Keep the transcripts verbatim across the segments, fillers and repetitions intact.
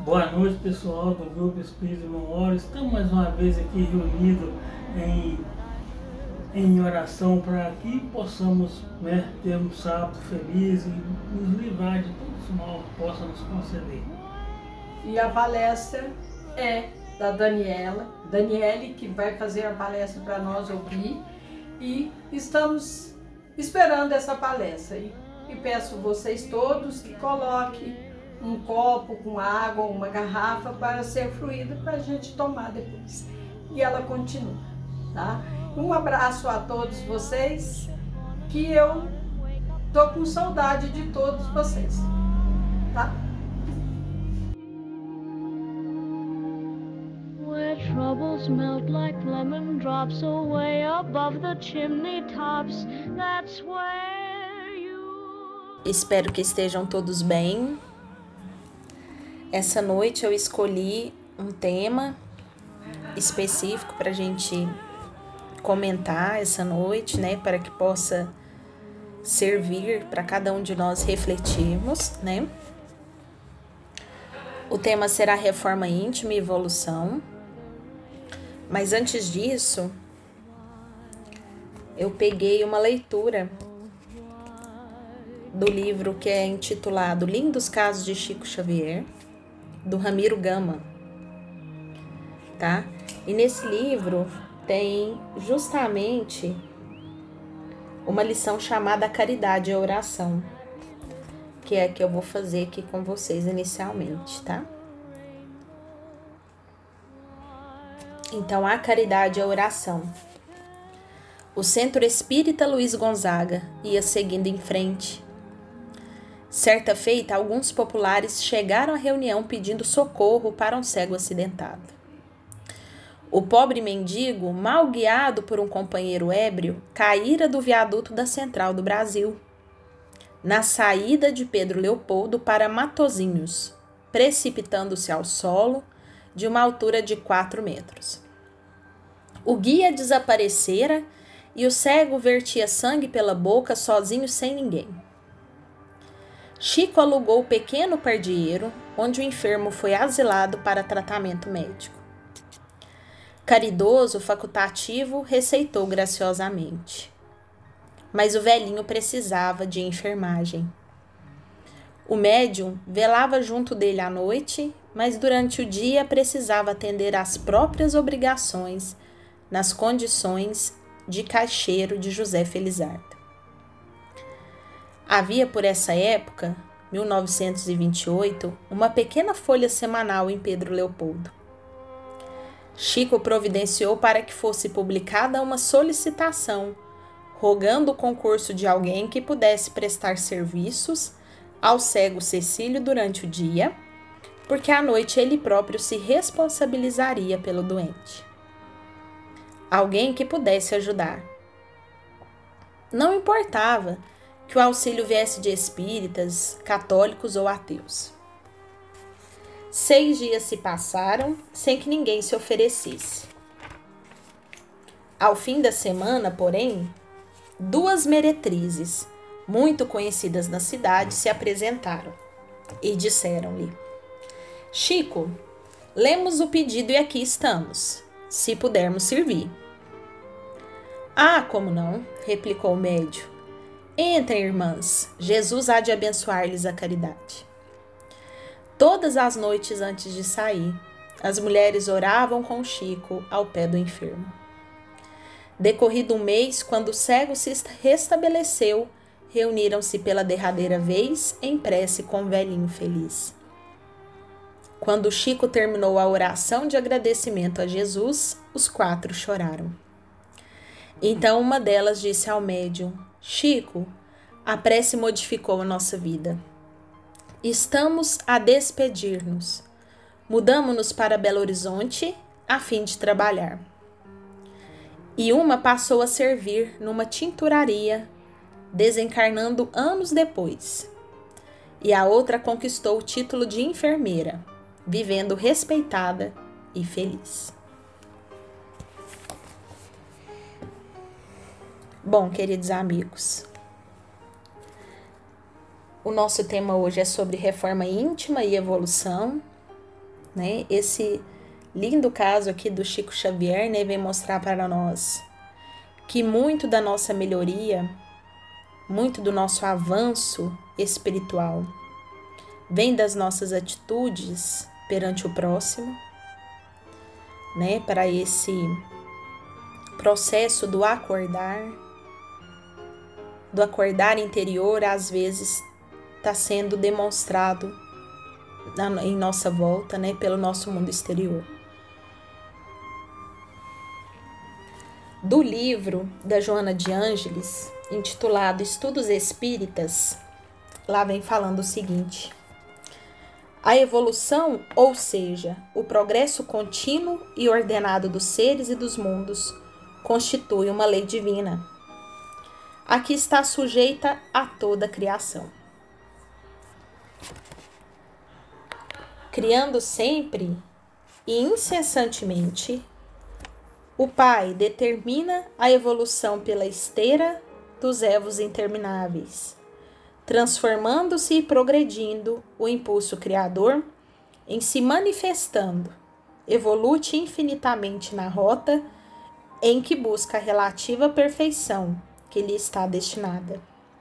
Boa noite, pessoal do Grupo Espírito Memória. Estamos mais uma vez aqui reunidos em, em oração para que possamos, né, ter um sábado feliz e nos livrar de todos os mal que possa nos conceder. E a palestra é da Daniela, Daniele, que vai fazer a palestra para nós ouvir. E estamos esperando essa palestra. E, e peço vocês todos que coloquem um copo com água, uma garrafa para ser fluida para a gente tomar depois. E ela continua, tá? Um abraço a todos vocês, que eu tô com saudade de todos vocês, tá? Where troubles melt like lemon drops away above the chimney tops, that's where you... Espero que estejam todos bem. Essa noite eu escolhi um tema específico para a gente comentar essa noite, né? Para que possa servir para cada um de nós refletirmos, né? O tema será reforma íntima e evolução. Mas antes disso, eu peguei uma leitura do livro que é intitulado Lindos Casos de Chico Xavier, do Ramiro Gama, tá? E nesse livro tem justamente uma lição chamada Caridade e Oração, que é a que eu vou fazer aqui com vocês inicialmente, tá? Então, a caridade e a oração. O Centro Espírita Luiz Gonzaga ia seguindo em frente. Certa feita, alguns populares chegaram à reunião pedindo socorro para um cego acidentado. O pobre mendigo, mal guiado por um companheiro ébrio, caíra do viaduto da Central do Brasil, na saída de Pedro Leopoldo para Matozinhos, precipitando-se ao solo de uma altura de quatro metros. O guia desaparecera e o cego vertia sangue pela boca sozinho sem ninguém. Chico alugou o pequeno pardieiro, onde o enfermo foi asilado para tratamento médico. Caridoso, facultativo, receitou graciosamente. Mas o velhinho precisava de enfermagem. O médium velava junto dele à noite, mas durante o dia precisava atender às próprias obrigações nas condições de caixeiro de José Felizardo. Havia por essa época, mil novecentos e vinte e oito, uma pequena folha semanal em Pedro Leopoldo. Chico providenciou para que fosse publicada uma solicitação, rogando o concurso de alguém que pudesse prestar serviços ao cego Cecílio durante o dia, porque à noite ele próprio se responsabilizaria pelo doente. Alguém que pudesse ajudar. Não importava que o auxílio viesse de espíritas, católicos ou ateus. Seis dias se passaram sem que ninguém se oferecesse. Ao fim da semana, porém, duas meretrizes, muito conhecidas na cidade, se apresentaram e disseram-lhe: Chico, lemos o pedido e aqui estamos, se pudermos servir. Ah, como não? Replicou o médium. Entrem, irmãs, Jesus há de abençoar-lhes a caridade. Todas as noites antes de sair, as mulheres oravam com Chico ao pé do enfermo. Decorrido um mês, quando o cego se restabeleceu, reuniram-se pela derradeira vez em prece com o velhinho feliz. Quando Chico terminou a oração de agradecimento a Jesus, os quatro choraram. Então uma delas disse ao médium: Chico, a prece modificou a nossa vida. Estamos a despedir-nos. Mudamo-nos para Belo Horizonte a fim de trabalhar. E uma passou a servir numa tinturaria, desencarnando anos depois. E a outra conquistou o título de enfermeira, vivendo respeitada e feliz. Bom, queridos amigos, o nosso tema hoje é sobre reforma íntima e evolução. né? Esse lindo caso aqui do Chico Xavier, né, vem mostrar para nós que muito da nossa melhoria, muito do nosso avanço espiritual vem das nossas atitudes perante o próximo, né, para esse processo do acordar, do acordar interior, às vezes está sendo demonstrado na, em nossa volta, né, pelo nosso mundo exterior. Do livro da Joana de Ângeles, intitulado Estudos Espíritas, lá vem falando o seguinte: a evolução, ou seja, o progresso contínuo e ordenado dos seres e dos mundos, constitui uma lei divina, a que está sujeita a toda a criação. Criando sempre e incessantemente, o Pai determina a evolução pela esteira dos evos intermináveis, transformando-se e progredindo o impulso criador em se manifestando, evolute infinitamente na rota em que busca a relativa perfeição que lhe está destinada.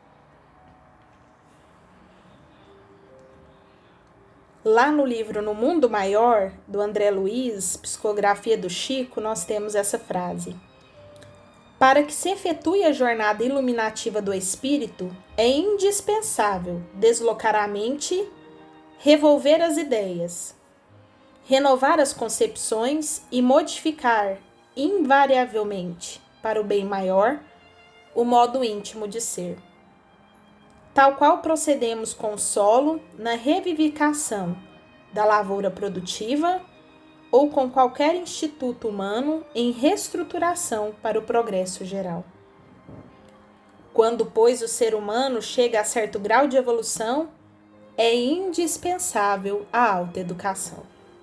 Lá no livro No Mundo Maior, do André Luiz, Psicografia do Chico, nós temos essa frase: para que se efetue a jornada iluminativa do espírito, é indispensável deslocar a mente, revolver as ideias, renovar as concepções e modificar invariavelmente, para o bem maior, o modo íntimo de ser. Tal qual procedemos com o solo na revivificação da lavoura produtiva ou com qualquer instituto humano em reestruturação para o progresso geral. Quando, pois, o ser humano chega a certo grau de evolução, é indispensável a alta educação.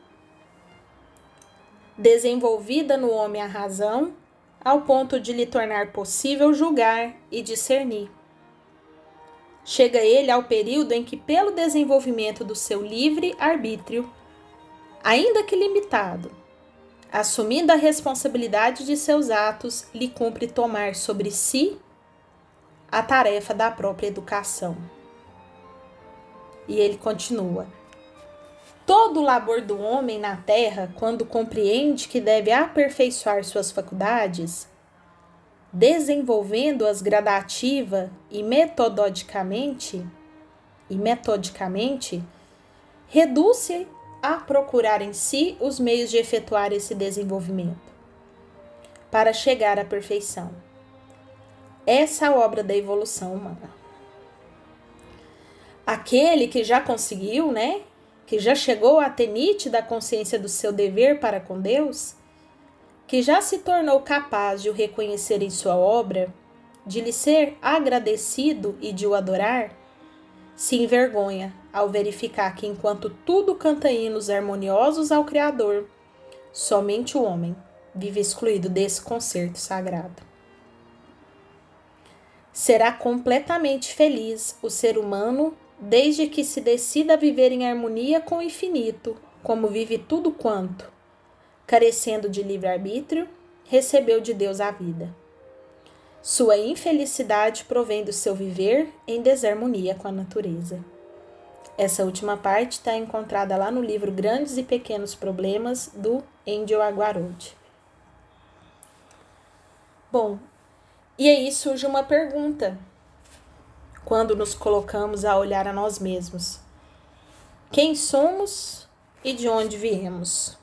Desenvolvida no homem a razão, ao ponto de lhe tornar possível julgar e discernir. Chega ele ao período em que, pelo desenvolvimento do seu livre arbítrio, ainda que limitado, assumindo a responsabilidade de seus atos, lhe cumpre tomar sobre si a tarefa da própria educação. E ele continua: todo o labor do homem na terra, quando compreende que deve aperfeiçoar suas faculdades, desenvolvendo-as gradativa e metodicamente, e metodicamente, reduz-se a procurar em si os meios de efetuar esse desenvolvimento, para chegar à perfeição. Essa é a obra da evolução humana. Aquele que já conseguiu, né, que já chegou a ter nítida consciência do seu dever para com Deus, que já se tornou capaz de o reconhecer em sua obra, de lhe ser agradecido e de o adorar, se envergonha ao verificar que, enquanto tudo canta hinos harmoniosos ao Criador, somente o homem vive excluído desse concerto sagrado. Será completamente feliz o ser humano desde que se decida a viver em harmonia com o infinito, como vive tudo quanto, carecendo de livre-arbítrio, recebeu de Deus a vida. Sua infelicidade provém do seu viver em desarmonia com a natureza. Essa última parte está encontrada lá no livro Grandes e Pequenos Problemas, do Angel Aguarode. Bom, e aí surge uma pergunta quando nos colocamos a olhar a nós mesmos. Quem somos e de onde viemos?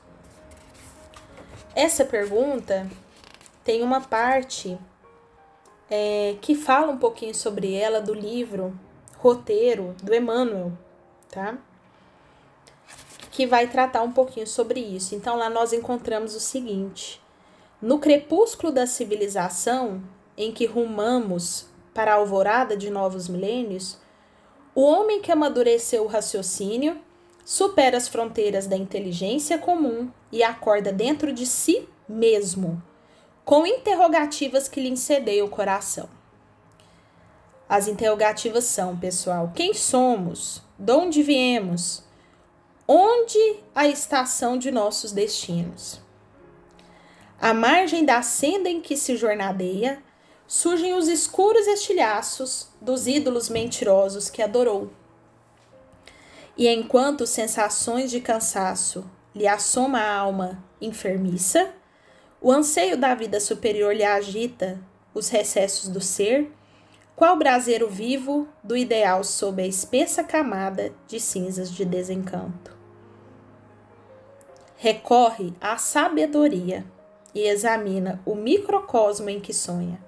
Essa pergunta tem uma parte é, que fala um pouquinho sobre ela do livro Roteiro, do Emmanuel, tá? Que vai tratar um pouquinho sobre isso. Então, lá nós encontramos o seguinte: no crepúsculo da civilização, em que rumamos para a alvorada de novos milênios, o homem que amadureceu o raciocínio supera as fronteiras da inteligência comum e acorda dentro de si mesmo, com interrogativas que lhe incedeiam o coração. As interrogativas são, pessoal: quem somos? De onde viemos? onde a estação de nossos destinos. À margem da senda em que se jornadeia, surgem os escuros estilhaços dos ídolos mentirosos que adorou. E enquanto sensações de cansaço lhe assoma a alma enfermiça, o anseio da vida superior lhe agita os recessos do ser, qual braseiro vivo do ideal sob a espessa camada de cinzas de desencanto. Recorre à sabedoria e examina o microcosmo em que sonha.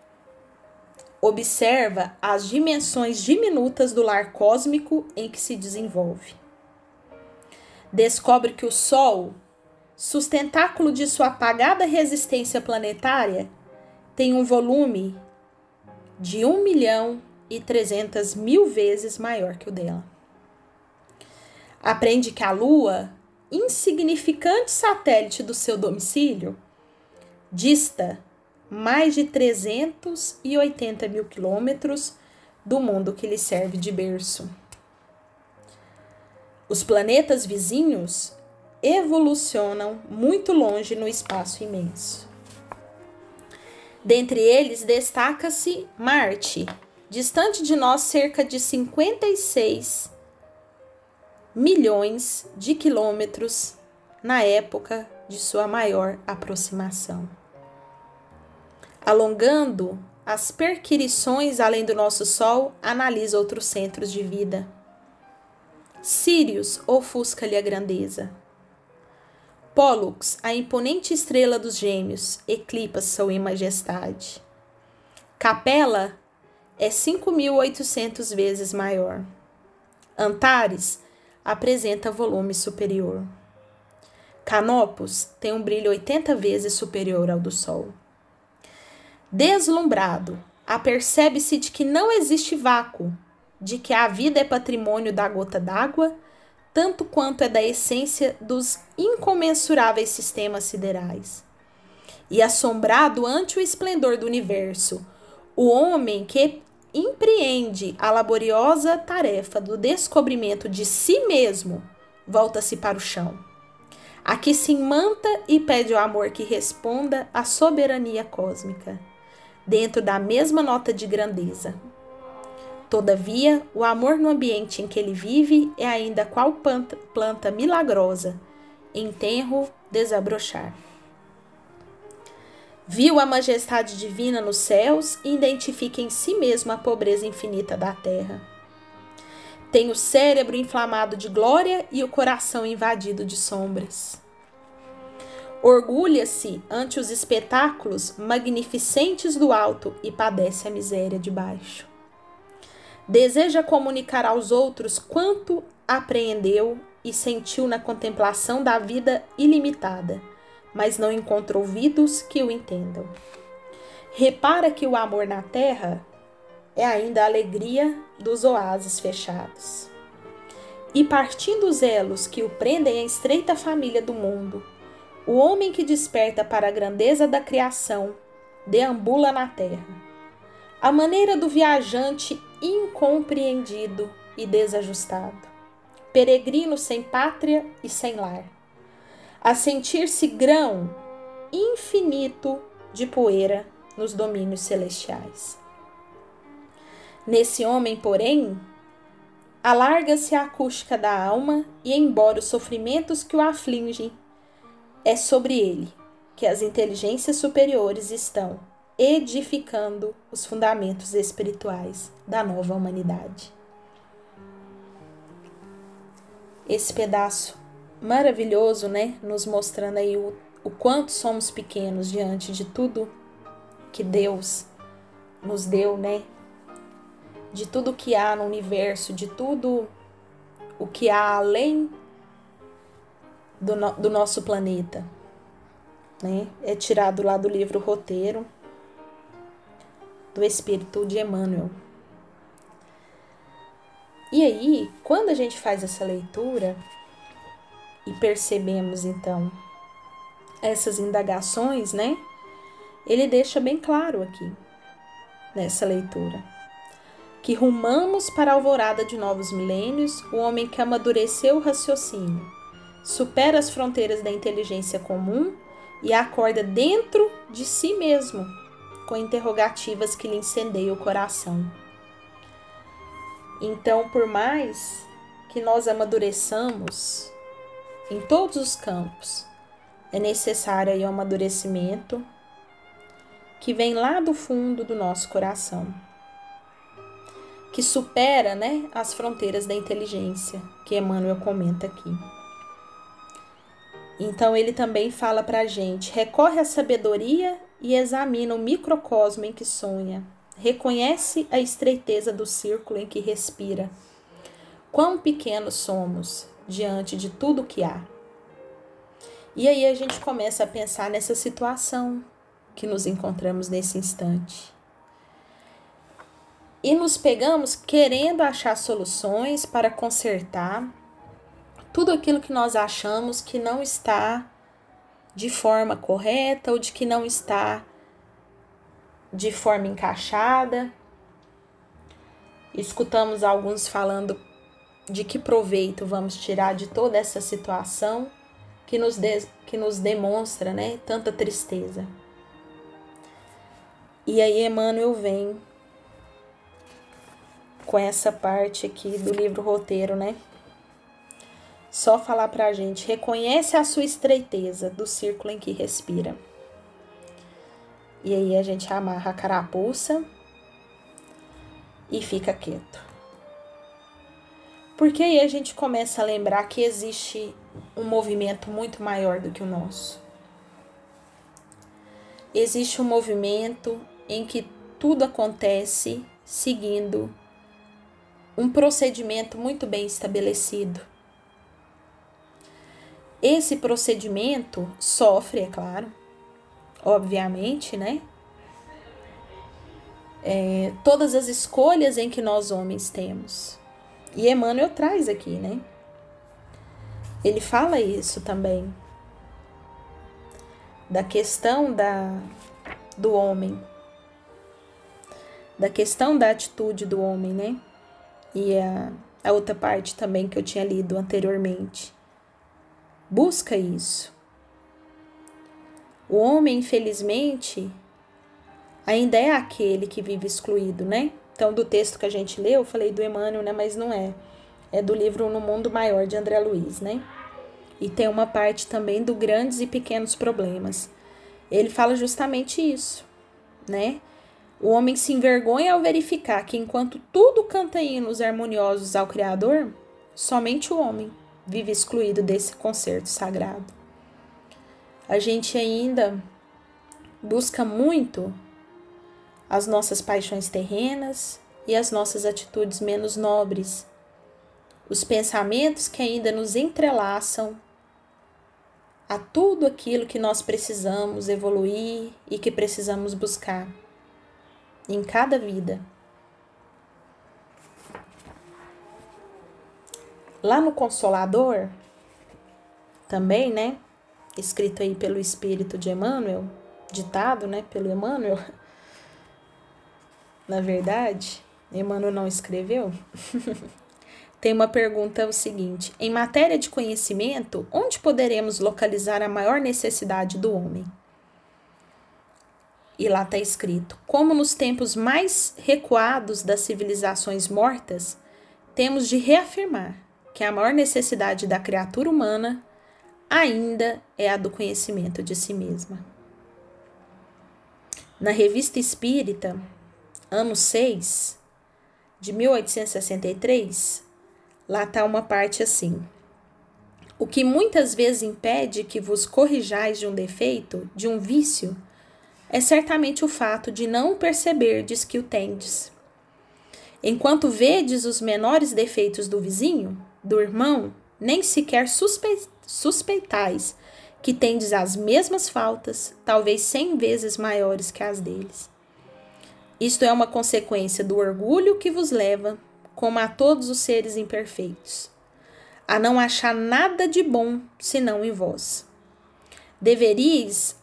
Observa as dimensões diminutas do lar cósmico em que se desenvolve. Descobre que o Sol, sustentáculo de sua apagada resistência planetária, tem um volume de um milhão e trezentas mil vezes maior que o dela. Aprende que a Lua, insignificante satélite do seu domicílio, dista mais de trezentos e oitenta mil quilômetros do mundo que lhe serve de berço. Os planetas vizinhos evolucionam muito longe no espaço imenso. Dentre eles destaca-se Marte, distante de nós cerca de cinquenta e seis milhões de quilômetros na época de sua maior aproximação. Alongando as perquirições além do nosso Sol, analisa outros centros de vida. Sírius ofusca-lhe a grandeza. Pólux, a imponente estrela dos gêmeos, eclipsa sua majestade. Capela é cinco mil e oitocentas vezes maior. Antares apresenta volume superior. Canopus tem um brilho oitenta vezes superior ao do Sol. Deslumbrado, apercebe-se de que não existe vácuo, de que a vida é patrimônio da gota d'água, tanto quanto é da essência dos incomensuráveis sistemas siderais. E assombrado ante o esplendor do universo, o homem que empreende a laboriosa tarefa do descobrimento de si mesmo volta-se para o chão. Aqui se imanta e pede ao amor que responda à soberania cósmica, dentro da mesma nota de grandeza. Todavia, o amor no ambiente em que ele vive é ainda qual planta, planta milagrosa, em tenro desabrochar. Viu a majestade divina nos céus e identifica em si mesmo a pobreza infinita da terra. Tem o cérebro inflamado de glória e o coração invadido de sombras. Orgulha-se ante os espetáculos magnificentes do alto e padece a miséria de baixo. Deseja comunicar aos outros quanto apreendeu e sentiu na contemplação da vida ilimitada, mas não encontra ouvidos que o entendam. Repara que o amor na terra é ainda a alegria dos oásis fechados. E partindo os elos que o prendem à estreita família do mundo, o homem que desperta para a grandeza da criação deambula na terra, à maneira do viajante incompreendido e desajustado, peregrino sem pátria e sem lar, a sentir-se grão infinito de poeira nos domínios celestiais. Nesse homem, porém, alarga-se a acústica da alma e, embora os sofrimentos que o afligem, é sobre ele que as inteligências superiores estão edificando os fundamentos espirituais da nova humanidade. Esse pedaço maravilhoso, né, nos mostrando aí o, o quanto somos pequenos diante de tudo que Deus nos deu, né, de tudo que há no universo, de tudo o que há além do, no, do nosso planeta, né, é tirado lá do livro Roteiro do Espírito de Emmanuel. E aí, quando a gente faz essa leitura e percebemos, então, essas indagações, né? Ele deixa bem claro aqui, nessa leitura. que rumamos para a alvorada de novos milênios, o homem que amadureceu o raciocínio, supera as fronteiras da inteligência comum e acorda dentro de si mesmo, com interrogativas que lhe incendeiam o coração. Então, por mais que nós amadureçamos em todos os campos, é necessário aí um amadurecimento que vem lá do fundo do nosso coração, que supera, né, as fronteiras da inteligência, que Emmanuel comenta aqui. Então ele também fala para a gente, recorre à sabedoria e examina o microcosmo em que sonha, reconhece a estreiteza do círculo em que respira. Quão pequenos somos diante de tudo que há. E aí a gente começa a pensar nessa situação que nos encontramos nesse instante. E nos pegamos querendo achar soluções para consertar tudo aquilo que nós achamos que não está de forma correta ou de que não está de forma encaixada. Escutamos alguns falando de que proveito vamos tirar de toda essa situação que nos, de, que nos demonstra, né, tanta tristeza. E aí Emmanuel vem com essa parte aqui do livro roteiro, né? Só falar pra gente, reconhece a sua estreiteza do círculo em que respira. E aí a gente amarra a carapuça e fica quieto. Porque aí a gente começa a lembrar que existe um movimento muito maior do que o nosso. Existe um movimento em que tudo acontece seguindo um procedimento muito bem estabelecido. Esse procedimento sofre, é claro, obviamente, né? É, todas as escolhas em que nós homens temos. E Emmanuel traz aqui, né? Ele fala isso também. Da questão da, do homem. Da questão da atitude do homem, né? E a, a outra parte também que eu tinha lido anteriormente. Busca isso. O homem, infelizmente, ainda é aquele que vive excluído, né? Então, do texto que a gente leu, eu falei do Emmanuel, né? Mas não é. É do livro No Mundo Maior, de André Luiz, né? E tem uma parte também do Grandes e Pequenos Problemas. Ele fala justamente isso, né? O homem se envergonha ao verificar que enquanto tudo canta hinos harmoniosos ao Criador, somente o homem vive excluído desse concerto sagrado. A gente ainda busca muito as nossas paixões terrenas e as nossas atitudes menos nobres, os pensamentos que ainda nos entrelaçam a tudo aquilo que nós precisamos evoluir e que precisamos buscar em cada vida. Lá no Consolador, também, né, escrito aí pelo Espírito de Emmanuel, ditado, né, pelo Emmanuel, na verdade, Emmanuel não escreveu, tem uma pergunta o seguinte, em matéria de conhecimento, onde poderemos localizar a maior necessidade do homem? E lá está escrito, como nos tempos mais recuados das civilizações mortas, temos de reafirmar que a maior necessidade da criatura humana ainda é a do conhecimento de si mesma. Na Revista Espírita, ano seis, de mil oitocentos e sessenta e três, lá está uma parte assim. O que muitas vezes impede que vos corrijais de um defeito, de um vício, é certamente o fato de não perceberdes que o tendes. Enquanto vedes os menores defeitos do vizinho, do irmão, nem sequer suspe- suspeitais que tendes as mesmas faltas, talvez cem vezes maiores que as deles. Isto é uma consequência do orgulho que vos leva, como a todos os seres imperfeitos, a não achar nada de bom senão em vós. Deveríeis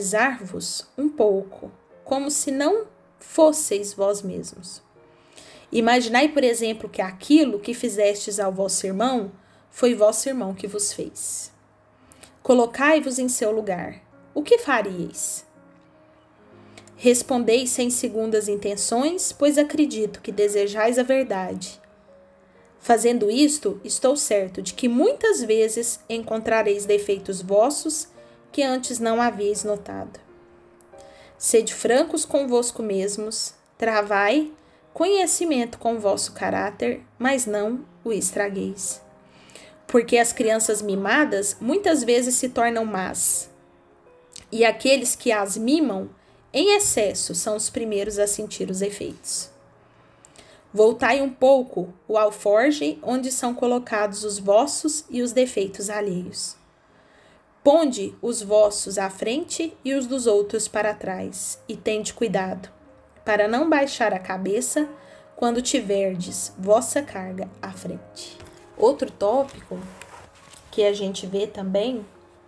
analisar-vos um pouco, como se não fosseis vós mesmos. Imaginai, por exemplo, que aquilo que fizestes ao vosso irmão foi vosso irmão que vos fez. Colocai-vos em seu lugar. O que faríeis? Respondei sem segundas intenções, pois acredito que desejais a verdade. Fazendo isto, estou certo de que muitas vezes encontrareis defeitos vossos que antes não havíeis notado. Sede francos convosco mesmos, travai conhecimento com vosso caráter, mas não o estragueis. Porque as crianças mimadas muitas vezes se tornam más, e aqueles que as mimam em excesso são os primeiros a sentir os efeitos. Voltai um pouco o alforge onde são colocados os vossos e os defeitos alheios. Ponde os vossos à frente e os dos outros para trás, e tende cuidado, para não baixar a cabeça quando tiverdes vossa carga à frente. Outro tópico que a gente vê também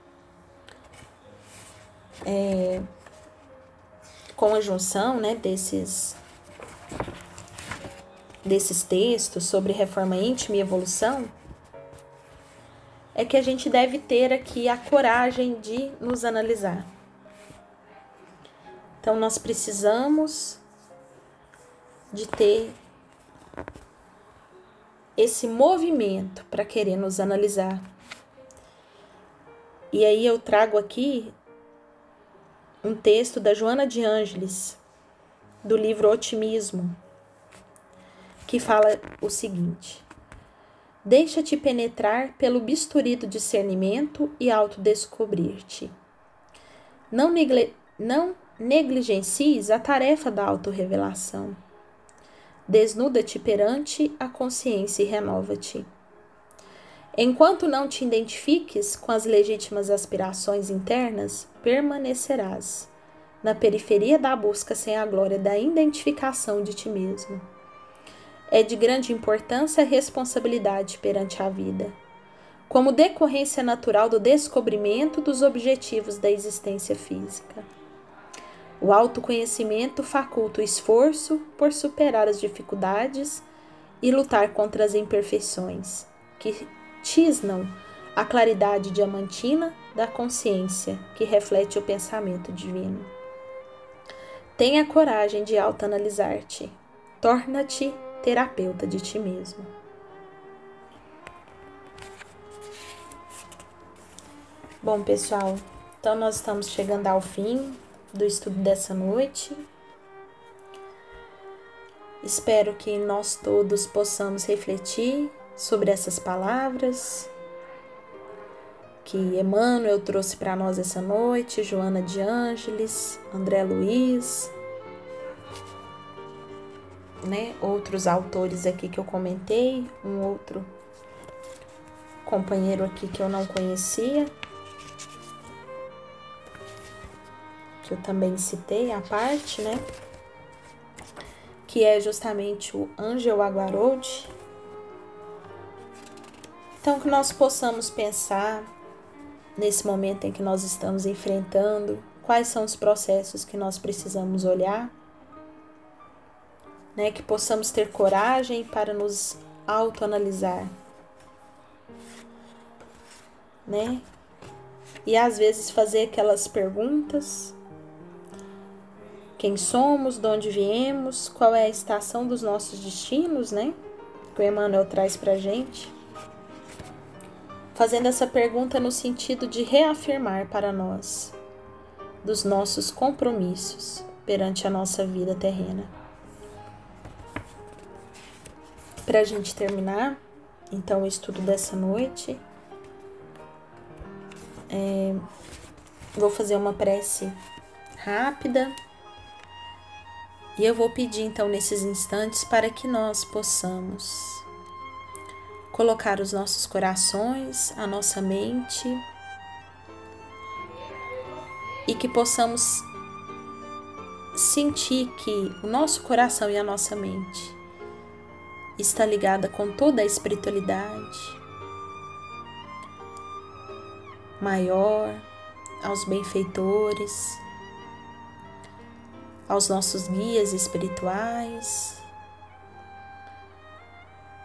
é com a junção, né, desses, desses textos sobre reforma íntima e evolução, é que a gente deve ter aqui a coragem de nos analisar. Então, nós precisamos de ter esse movimento para querer nos analisar. E aí eu trago aqui um texto da Joana de Ângeles, do livro Otimismo, que fala o seguinte: deixa-te penetrar pelo bisturi do discernimento e autodescobrir-te. Não, negle, não negligencies a tarefa da autorrevelação. Desnuda-te perante a consciência e renova-te. Enquanto não te identifiques com as legítimas aspirações internas, permanecerás na periferia da busca sem a glória da identificação de ti mesmo. É de grande importância a responsabilidade perante a vida, como decorrência natural do descobrimento dos objetivos da existência física. O autoconhecimento faculta o esforço por superar as dificuldades e lutar contra as imperfeições, que tisnam a claridade diamantina da consciência que reflete o pensamento divino. Tenha coragem de autoanalisar-te. Torna-te terapeuta de ti mesmo. Bom, pessoal, então nós estamos chegando ao fim do estudo dessa noite. Espero que nós todos possamos refletir sobre essas palavras que Emmanuel trouxe para nós essa noite, Joana de Ângeles, André Luiz, né? Outros autores aqui que eu comentei, um outro companheiro aqui que eu não conhecia, que eu também citei à parte, né? Que é justamente o Ângel Aguaroldi. Então, que nós possamos pensar, nesse momento em que nós estamos enfrentando, quais são os processos que nós precisamos olhar, né? Que possamos ter coragem para nos autoanalisar, né? E às vezes fazer aquelas perguntas: quem somos, de onde viemos, qual é a estação dos nossos destinos, né? Que o Emmanuel traz pra gente. Fazendo essa pergunta no sentido de reafirmar para nós dos nossos compromissos perante a nossa vida terrena. Para a gente terminar, então, o estudo dessa noite, é, vou fazer uma prece rápida e eu vou pedir, então, nesses instantes, para que nós possamos colocar os nossos corações, a nossa mente, e que possamos sentir que o nosso coração e a nossa mente está ligada com toda a espiritualidade maior, aos benfeitores, aos nossos guias espirituais,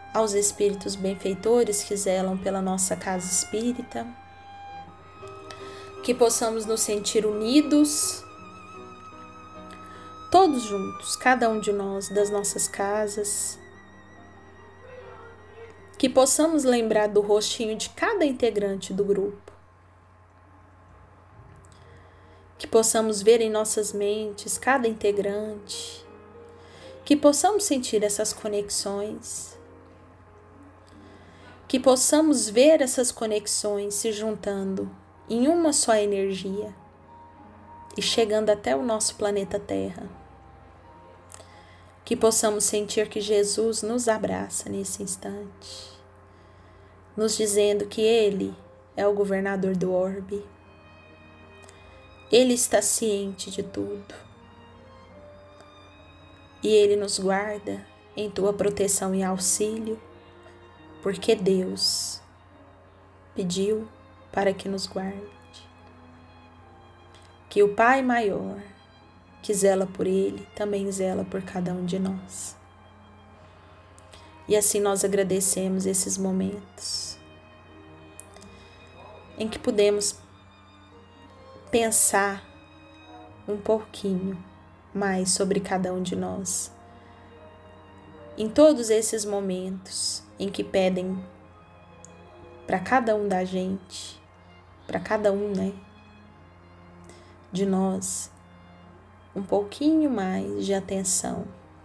aos espíritos benfeitores que zelam pela nossa casa espírita, que possamos nos sentir unidos, todos juntos, cada um de nós, das nossas casas, que possamos lembrar do rostinho de cada integrante do grupo, que possamos ver em nossas mentes cada integrante, que possamos sentir essas conexões, que possamos ver essas conexões se juntando em uma só energia e chegando até o nosso planeta Terra. Que possamos sentir que Jesus nos abraça nesse instante, nos dizendo que Ele é o governador do orbe. Ele está ciente de tudo. E Ele nos guarda em tua proteção e auxílio, porque Deus pediu para que nos guarde. Que o Pai maior, que zela por Ele, também zela por cada um de nós. E assim nós agradecemos esses momentos em que podemos pensar um pouquinho mais sobre cada um de nós. Em todos esses momentos em que pedem para cada um da gente, para cada um, né, de nós, um pouquinho mais de atenção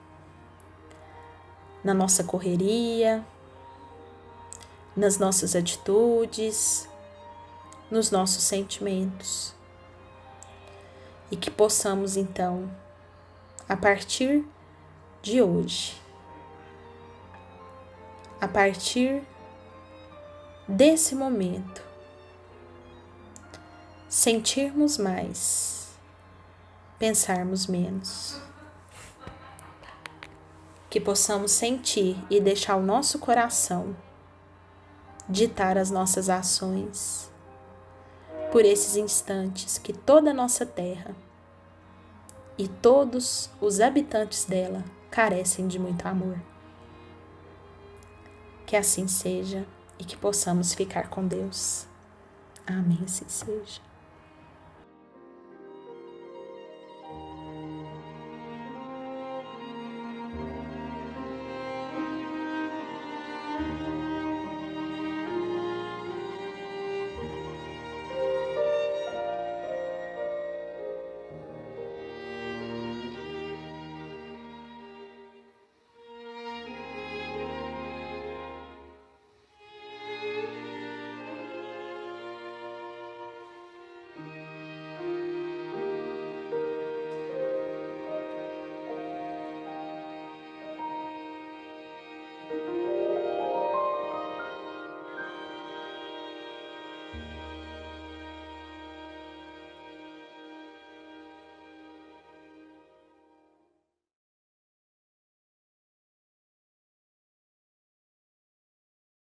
na nossa correria, nas nossas atitudes, nos nossos sentimentos. E que possamos, então, a partir de hoje, a partir desse momento, sentirmos mais, pensarmos menos. Que possamos sentir e deixar o nosso coração ditar as nossas ações por esses instantes que toda a nossa terra e todos os habitantes dela carecem de muito amor. Que assim seja e que possamos ficar com Deus. Amém, assim seja.